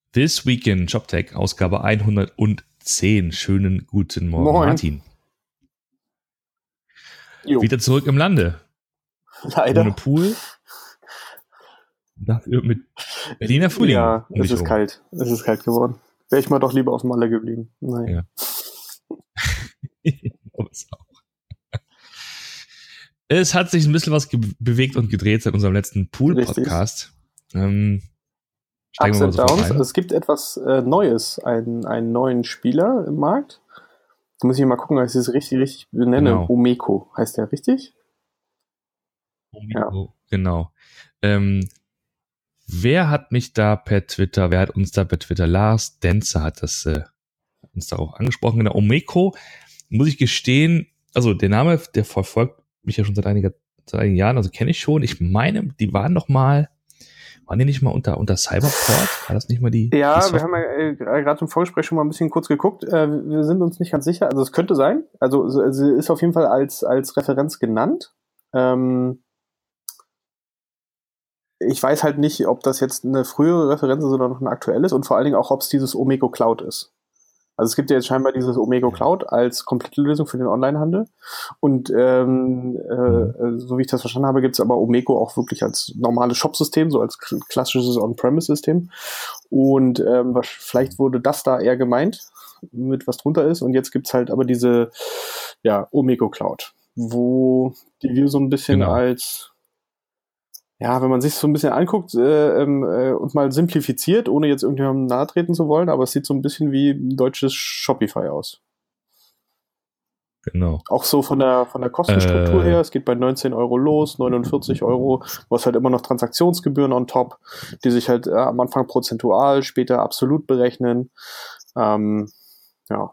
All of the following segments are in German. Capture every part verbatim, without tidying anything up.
This Week in JobTech, Ausgabe hundertzehn. Schönen guten Morgen, Moin. Martin. Jo. Wieder zurück im Lande. Leider. Ohne Pool. Mit Berliner Frühling. Ja, um es dich ist rum. kalt. Es ist kalt geworden. Wäre ich mal doch lieber auf Malle geblieben. Nein. Ja. Es hat sich ein bisschen was ge- bewegt und gedreht seit unserem letzten Pool-Podcast. Ähm, steigen Ups wir mal and sofort Downs. ein. Es gibt etwas äh, Neues, einen, einen neuen Spieler im Markt. Da muss ich mal gucken, ob ich das richtig, richtig benenne. Genau. Omeko heißt der, richtig? Omiko, genau. Ähm, wer hat mich da per Twitter, wer hat uns da per Twitter, Lars Denzer hat das äh, uns darauf angesprochen. Genau, Omeko, muss ich gestehen, also der Name, der verfolgt mich ja schon seit, einiger, seit einigen Jahren, also kenne ich schon. Ich meine, die waren noch mal, waren die nicht mal unter, unter Cyberport? War das nicht mal die? Ja, die wir haben ja äh, gerade im Vorgespräch schon mal ein bisschen kurz geguckt. Äh, wir sind uns nicht ganz sicher. Also es könnte sein. Also sie sie ist auf jeden Fall als, als Referenz genannt. Ähm, ich weiß halt nicht, ob das jetzt eine frühere Referenz ist oder noch eine aktuelle ist und vor allen Dingen auch, ob es dieses Omego Cloud ist. Also es gibt ja jetzt scheinbar dieses Omego Cloud als komplette Lösung für den Onlinehandel und ähm, äh, so wie ich das verstanden habe, gibt es aber Omego auch wirklich als normales Shop-System, so als klassisches On-Premise-System und ähm, was, vielleicht wurde das da eher gemeint, mit was drunter ist und jetzt gibt's halt aber diese ja, Omego Cloud, wo die wir so ein bisschen Genau. als ja, wenn man sich so ein bisschen anguckt äh, äh, und mal simplifiziert, ohne jetzt irgendjemandem nahe treten zu wollen, aber es sieht so ein bisschen wie ein deutsches Shopify aus. Genau. Auch so von der von der Kostenstruktur Äh, her, es geht bei neunzehn Euro los, neunundvierzig Euro, du hast halt immer noch Transaktionsgebühren on top, die sich halt äh, am Anfang prozentual, später absolut berechnen. Ähm, ja.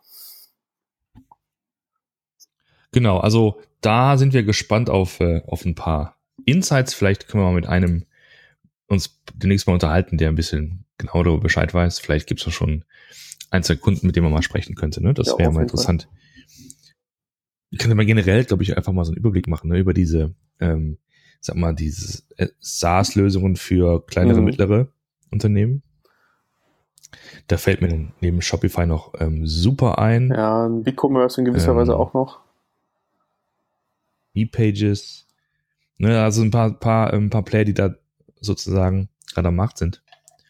Genau, also da sind wir gespannt auf, äh, auf ein paar Insights. Vielleicht können wir mal mit einem uns demnächst mal unterhalten, der ein bisschen genauer darüber Bescheid weiß. Vielleicht gibt es da schon ein, zwei Kunden, mit denen man mal sprechen könnte. Ne? Das Ja, wäre auf mal jeden interessant. Ich könnte mal generell, glaube ich, einfach mal so einen Überblick machen, ne, über diese, ähm, sag mal, diese äh, SaaS-Lösungen für kleinere, Mhm. mittlere Unternehmen. Da fällt mir dann neben Shopify noch ähm, super ein. Ja, ein BigCommerce in gewisser Ähm, Weise auch noch. E-Pages. Ne, also ein paar, paar, ein paar Player, die da sozusagen gerade am Markt sind.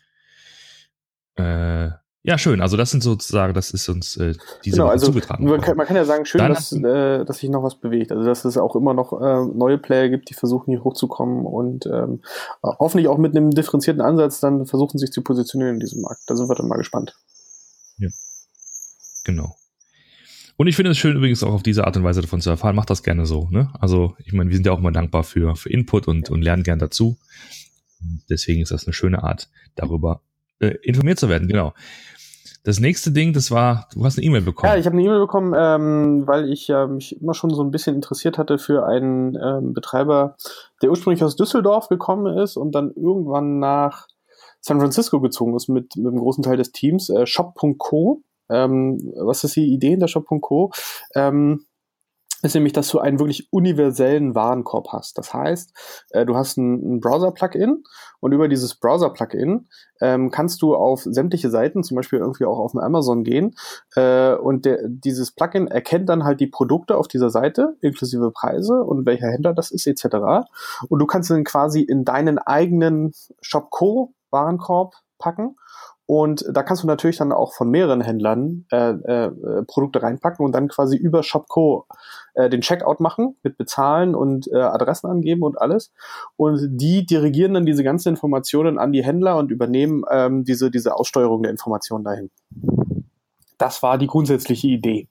Äh, ja, schön. Also das sind sozusagen, das ist uns äh, diese Genau, Woche also zugetragen man worden. kann, man kann ja sagen, schön, Dann dass, hast du- äh, dass sich noch was bewegt. Also dass es auch immer noch äh, neue Player gibt, die versuchen hier hochzukommen und ähm, hoffentlich auch mit einem differenzierten Ansatz dann versuchen sich zu positionieren in diesem Markt. Da sind wir dann mal gespannt. Ja, genau. Und ich finde es schön, übrigens auch auf diese Art und Weise davon zu erfahren. Macht das gerne so. Ne? Also ich meine, wir sind ja auch immer dankbar für, für Input und, und lernen gern dazu. Deswegen ist das eine schöne Art, darüber äh, informiert zu werden. Genau. Das nächste Ding, das war, du hast eine E-Mail bekommen. Ja, ich habe eine E-Mail bekommen, ähm, weil ich äh, mich immer schon so ein bisschen interessiert hatte für einen ähm, Betreiber, der ursprünglich aus Düsseldorf gekommen ist und dann irgendwann nach San Francisco gezogen ist mit, mit einem großen Teil des Teams, äh, Shop Punkt co. Ähm, was ist die Idee hinter Shop Punkt co? Ähm, ist nämlich, dass du einen wirklich universellen Warenkorb hast. Das heißt, äh, du hast ein, ein Browser-Plugin und über dieses Browser-Plugin ähm, kannst du auf sämtliche Seiten, zum Beispiel irgendwie auch auf Amazon gehen äh, und der, dieses Plugin erkennt dann halt die Produkte auf dieser Seite, inklusive Preise und welcher Händler das ist et cetera. Und du kannst dann quasi in deinen eigenen Shop.co-Warenkorb packen. Und da kannst du natürlich dann auch von mehreren Händlern äh, äh, Produkte reinpacken und dann quasi über Shop.co äh, den Checkout machen, mit Bezahlen und äh, Adressen angeben und alles. Und die dirigieren dann diese ganzen Informationen an die Händler und übernehmen ähm, diese, diese Aussteuerung der Informationen dahin. Das war die grundsätzliche Idee.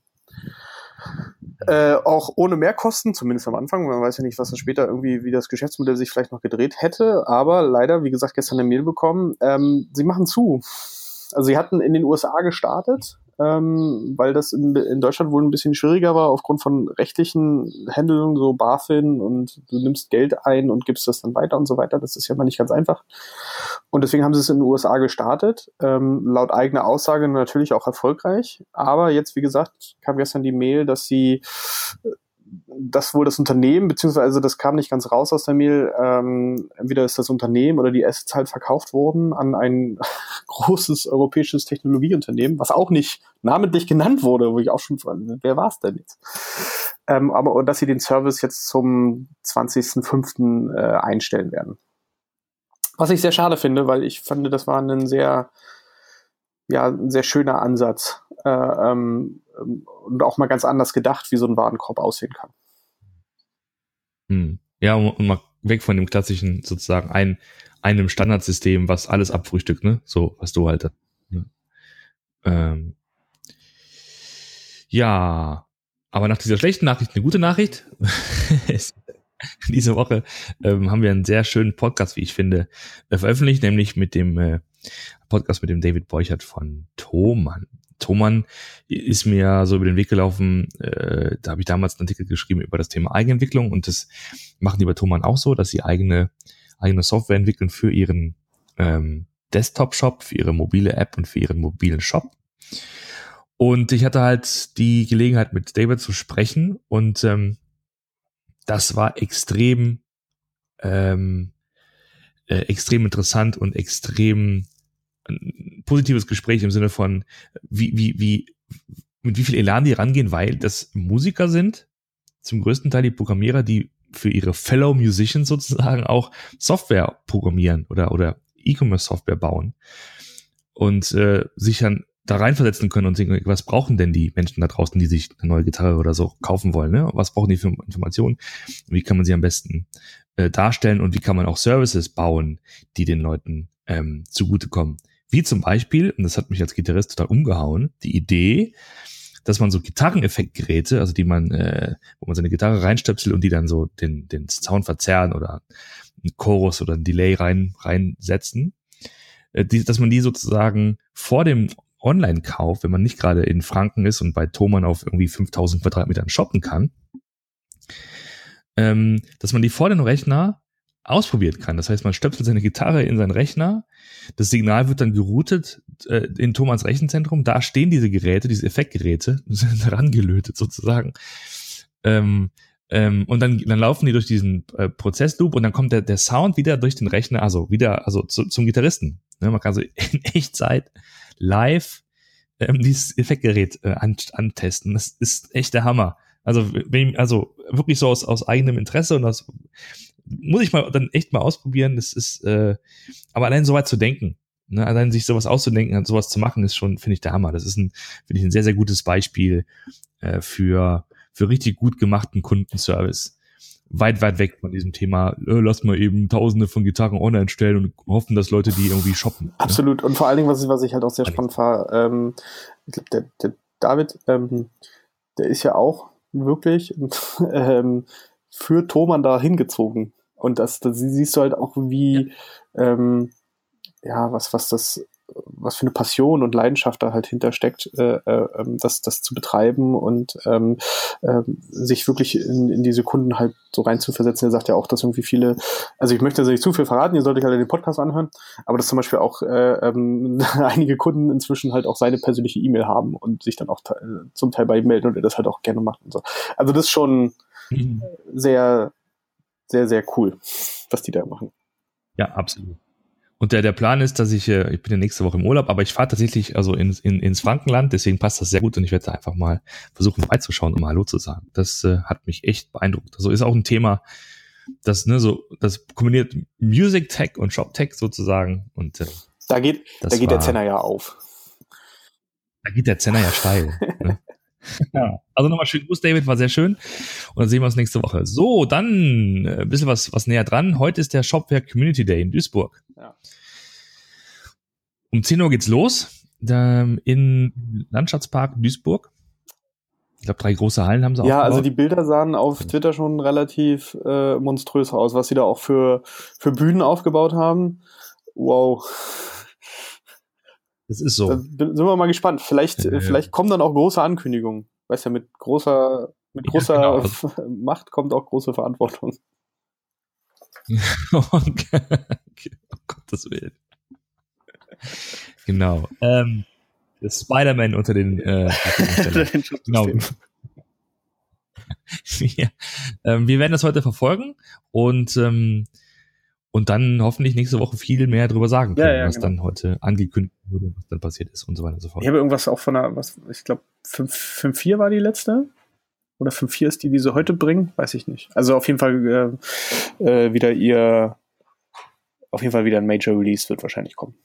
Äh, auch ohne Mehrkosten, zumindest am Anfang. Man weiß ja nicht, was das später irgendwie, wie das Geschäftsmodell sich vielleicht noch gedreht hätte. Aber leider, wie gesagt, gestern eine Mail bekommen, ähm, sie machen zu. Also sie hatten in den U S A gestartet, ähm, weil das in, in Deutschland wohl ein bisschen schwieriger war aufgrund von rechtlichen Händeln, so BaFin und du nimmst Geld ein und gibst das dann weiter und so weiter. Das ist ja mal nicht ganz einfach. Und deswegen haben sie es in den U S A gestartet, ähm, laut eigener Aussage natürlich auch erfolgreich. Aber jetzt, wie gesagt, kam gestern die Mail, dass sie dass wohl das Unternehmen, beziehungsweise das kam nicht ganz raus aus der Mail, ähm, entweder ist das Unternehmen oder die Assets halt verkauft worden an ein großes europäisches Technologieunternehmen, was auch nicht namentlich genannt wurde, wo ich auch schon frage, wer war es denn jetzt? Ähm, aber und dass sie den Service jetzt zum zwanzigsten fünften äh, einstellen werden. Was ich sehr schade finde, weil ich fand, das war ein sehr, ja, ein sehr schöner Ansatz äh, ähm, und auch mal ganz anders gedacht, wie so ein Warenkorb aussehen kann. Hm. Ja, und mal weg von dem klassischen sozusagen ein, einem Standardsystem, was alles abfrühstückt, ne? So, was du halt. Ne? Ähm. Ja, aber nach dieser schlechten Nachricht eine gute Nachricht. Diese Woche ähm, haben wir einen sehr schönen Podcast, wie ich finde, äh, veröffentlicht, nämlich mit dem äh, Podcast mit dem David Borchert von Thomann. Thomann ist mir so über den Weg gelaufen, äh, da habe ich damals einen Artikel geschrieben über das Thema Eigenentwicklung und das machen die bei Thomann auch so, dass sie eigene eigene Software entwickeln für ihren ähm, Desktop-Shop, für ihre mobile App und für ihren mobilen Shop. Und ich hatte halt die Gelegenheit, mit David zu sprechen und ähm, das war extrem, ähm, äh, extrem interessant und extrem ein positives Gespräch im Sinne von, wie, wie, wie, mit wie viel Elan die rangehen, weil das Musiker sind, zum größten Teil die Programmierer, die für ihre Fellow Musicians sozusagen auch Software programmieren oder, oder E-Commerce-Software bauen und äh, sich dann da reinversetzen können und denken, was brauchen denn die Menschen da draußen, die sich eine neue Gitarre oder so kaufen wollen, ne? Was brauchen die für Informationen? Wie kann man sie am besten äh, darstellen und wie kann man auch Services bauen, die den Leuten ähm, zugutekommen? Wie zum Beispiel, und das hat mich als Gitarrist total umgehauen, die Idee, dass man so Gitarreneffektgeräte, also die man, äh, wo man seine Gitarre reinstöpselt und die dann so den, den Sound verzerren oder einen Chorus oder ein Delay rein, reinsetzen, äh, die, dass man die sozusagen vor dem Online-Kauf, wenn man nicht gerade in Franken ist und bei Thomann auf irgendwie fünftausend Quadratmetern shoppen kann, ähm, dass man die vor dem Rechner ausprobieren kann. Das heißt, man stöpselt seine Gitarre in seinen Rechner, das Signal wird dann geroutet äh, in Thomanns Rechenzentrum, da stehen diese Geräte, diese Effektgeräte, sind rangelötet sozusagen. Ähm, ähm, und dann, dann laufen die durch diesen äh, Prozessloop und dann kommt der, der Sound wieder durch den Rechner, also wieder also zu, zum Gitarristen. Ne, man kann so in Echtzeit live ähm, dieses Effektgerät äh, an, antesten. Das ist echt der Hammer. Also, wenn, also wirklich so aus, aus eigenem Interesse und das muss ich mal dann echt mal ausprobieren. Das ist, äh, aber allein so weit zu denken, ne, allein sich sowas auszudenken und sowas zu machen, ist schon, finde ich, der Hammer. Das ist ein, finde ich, ein sehr, sehr gutes Beispiel äh, für, für richtig gut gemachten Kundenservice. Weit, weit weg von diesem Thema, äh, lass mal eben tausende von Gitarren online stellen und hoffen, dass Leute die irgendwie shoppen. Absolut. Ne? Und vor allen Dingen, was ich, was ich halt auch sehr spannend war, ähm, ich glaube, der, der David, ähm, der ist ja auch wirklich ähm, für Thomann da hingezogen. Und das, das siehst du halt auch, wie, ja, ähm, ja was, was das, was für eine Passion und Leidenschaft da halt hintersteckt, äh, äh, das, das zu betreiben und ähm, äh, sich wirklich in, in diese Kunden halt so reinzuversetzen. Er sagt ja auch, dass irgendwie viele, also ich möchte jetzt nicht zu viel verraten, ihr solltet halt den Podcast anhören, aber dass zum Beispiel auch äh, ähm, einige Kunden inzwischen halt auch seine persönliche E-Mail haben und sich dann auch te- zum Teil bei ihm melden und er das halt auch gerne macht und so. Also das ist schon mhm. sehr, sehr, sehr cool, was die da machen. Ja, absolut. Und der, der Plan ist, dass ich, ich bin ja nächste Woche im Urlaub, aber ich fahre tatsächlich also in, in, ins Frankenland, deswegen passt das sehr gut und ich werde da einfach mal versuchen vorbeizuschauen, um mal Hallo zu sagen. Das äh, hat mich echt beeindruckt. Also ist auch ein Thema, das, ne, so, das kombiniert Music Tech und Shop Tech sozusagen und äh, da geht, da geht war, der Zenner ja auf. Da geht der Zenner ja steil. Ne? Ja. Also nochmal schön Gruß, David, war sehr schön. Und dann sehen wir uns nächste Woche. So, dann äh, ein bisschen was, was näher dran. Heute ist der Shopware Community Day in Duisburg. Ja. Um zehn Uhr geht's los. Da, in Landschaftspark Duisburg. Ich glaube, drei große Hallen haben sie ja, aufgebaut. Ja, also die Bilder sahen auf Twitter schon relativ äh, monströs aus, was sie da auch für, für Bühnen aufgebaut haben. Wow. Das ist so. Da sind wir mal gespannt. Vielleicht, ja, vielleicht kommen dann auch große Ankündigungen. Weißt ja, mit großer, mit großer ja, genau. Macht kommt auch große Verantwortung. Oh Gottes Willen. Genau. Ähm, Spider-Man unter den, äh, genau. ja. Ähm, wir werden das heute verfolgen und ähm, und dann hoffentlich nächste Woche viel mehr darüber sagen können, ja, ja, was genau. dann heute angekündigt wurde, was dann passiert ist und so weiter und so fort. Ich habe irgendwas auch von einer, was ich glaube, fünf Punkt vier war die letzte. Oder fünf Punkt vier ist die, die sie heute bringen, weiß ich nicht. Also auf jeden Fall äh, äh, wieder ihr, auf jeden Fall wieder ein Major Release wird wahrscheinlich kommen.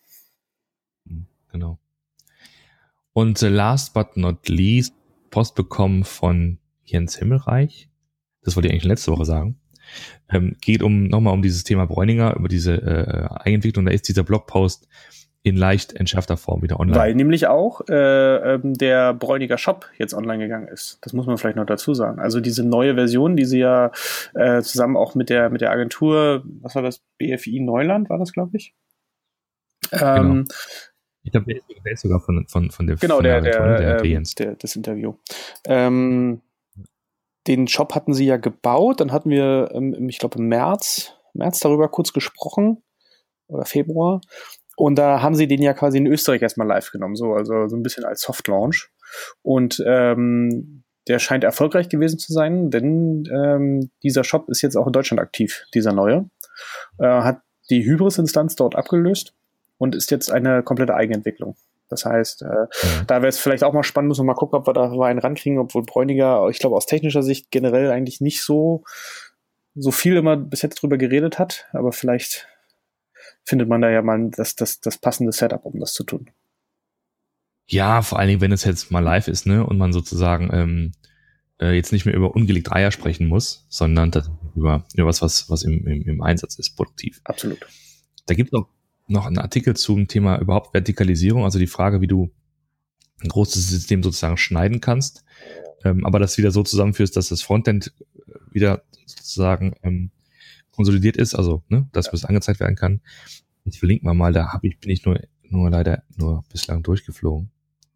Genau. Und äh, last but not least, Post bekommen von Jens Himmelreich. Das wollte ich eigentlich letzte Woche sagen. Ähm, geht um nochmal um dieses Thema Bräuninger, über diese äh, Eigenentwicklung. Da ist dieser Blogpost in leicht entschärfter Form wieder online. Weil nämlich auch äh, ähm, der Bräuniger Shop jetzt online gegangen ist. Das muss man vielleicht noch dazu sagen. Also diese neue Version, die sie ja äh, zusammen auch mit der mit der Agentur, was war das, B F I Neuland war das, glaube ich. Ähm, genau. Ich glaube, der, der ist sogar von, von, von der Genau, von der, der, der, der, der, Jens. der das Interview. Ähm, den Shop hatten sie ja gebaut, dann hatten wir, ähm, ich glaube im März, März darüber kurz gesprochen, oder Februar. Und da haben sie den ja quasi in Österreich erstmal live genommen, so, also so ein bisschen als Soft-Launch. Und ähm, der scheint erfolgreich gewesen zu sein, denn ähm, dieser Shop ist jetzt auch in Deutschland aktiv, dieser neue. Äh, hat die Hybris-Instanz dort abgelöst und ist jetzt eine komplette Eigenentwicklung. Das heißt, äh, ja. da wäre es vielleicht auch mal spannend, müssen wir mal gucken, ob wir da mal einen rankriegen, obwohl Bräuniger, ich glaube, aus technischer Sicht generell eigentlich nicht so, so viel immer bis jetzt drüber geredet hat, aber vielleicht findet man da ja mal das, das, das passende Setup, um das zu tun. Ja, vor allen Dingen, wenn es jetzt mal live ist, ne, und man sozusagen ähm, äh, jetzt nicht mehr über ungelegte Eier sprechen muss, sondern über, über was, was, was im, im, im Einsatz ist, produktiv. Absolut. Da gibt es noch, noch einen Artikel zum Thema überhaupt Vertikalisierung, also die Frage, wie du ein großes System sozusagen schneiden kannst, ähm, aber das wieder so zusammenführst, dass das Frontend wieder sozusagen ähm, konsolidiert ist, also ne, dass ja. das angezeigt werden kann. Ich verlinke mal mal, da hab ich, bin ich nur, nur leider nur bislang durchgeflogen.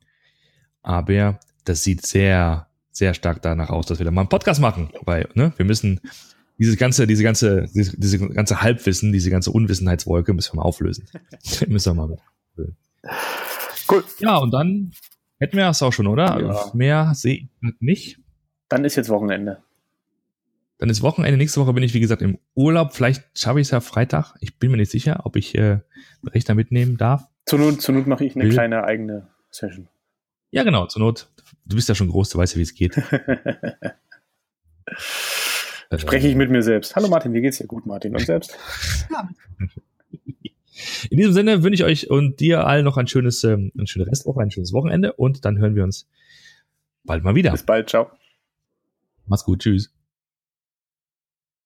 Aber das sieht sehr, sehr stark danach aus, dass wir da mal einen Podcast machen, weil ne, wir müssen diese ganze, diese ganze, diese, diese ganze Halbwissen, diese ganze Unwissenheitswolke müssen wir mal auflösen. müssen wir mal mit. Cool. Ja, und dann hätten wir es auch schon, oder? Ja. Mehr sehe ich nicht. Dann ist jetzt Wochenende. Dann ist Wochenende. Nächste Woche bin ich, wie gesagt, im Urlaub. Vielleicht schaffe ich es ja Freitag. Ich bin mir nicht sicher, ob ich äh, einen Rechner mitnehmen darf. Zur Not, zur Not mache ich eine Will. kleine eigene Session. Ja, genau. Zur Not. Du bist ja schon groß, du weißt ja, wie es geht. Spreche ich mit mir selbst. Hallo Martin, wie geht's dir? Gut, Martin. Und selbst? In diesem Sinne wünsche ich euch und dir allen noch ein schönes, ähm, eine schöne Restwoche, ein schönes Wochenende und dann hören wir uns bald mal wieder. Bis bald, ciao. Mach's gut, tschüss.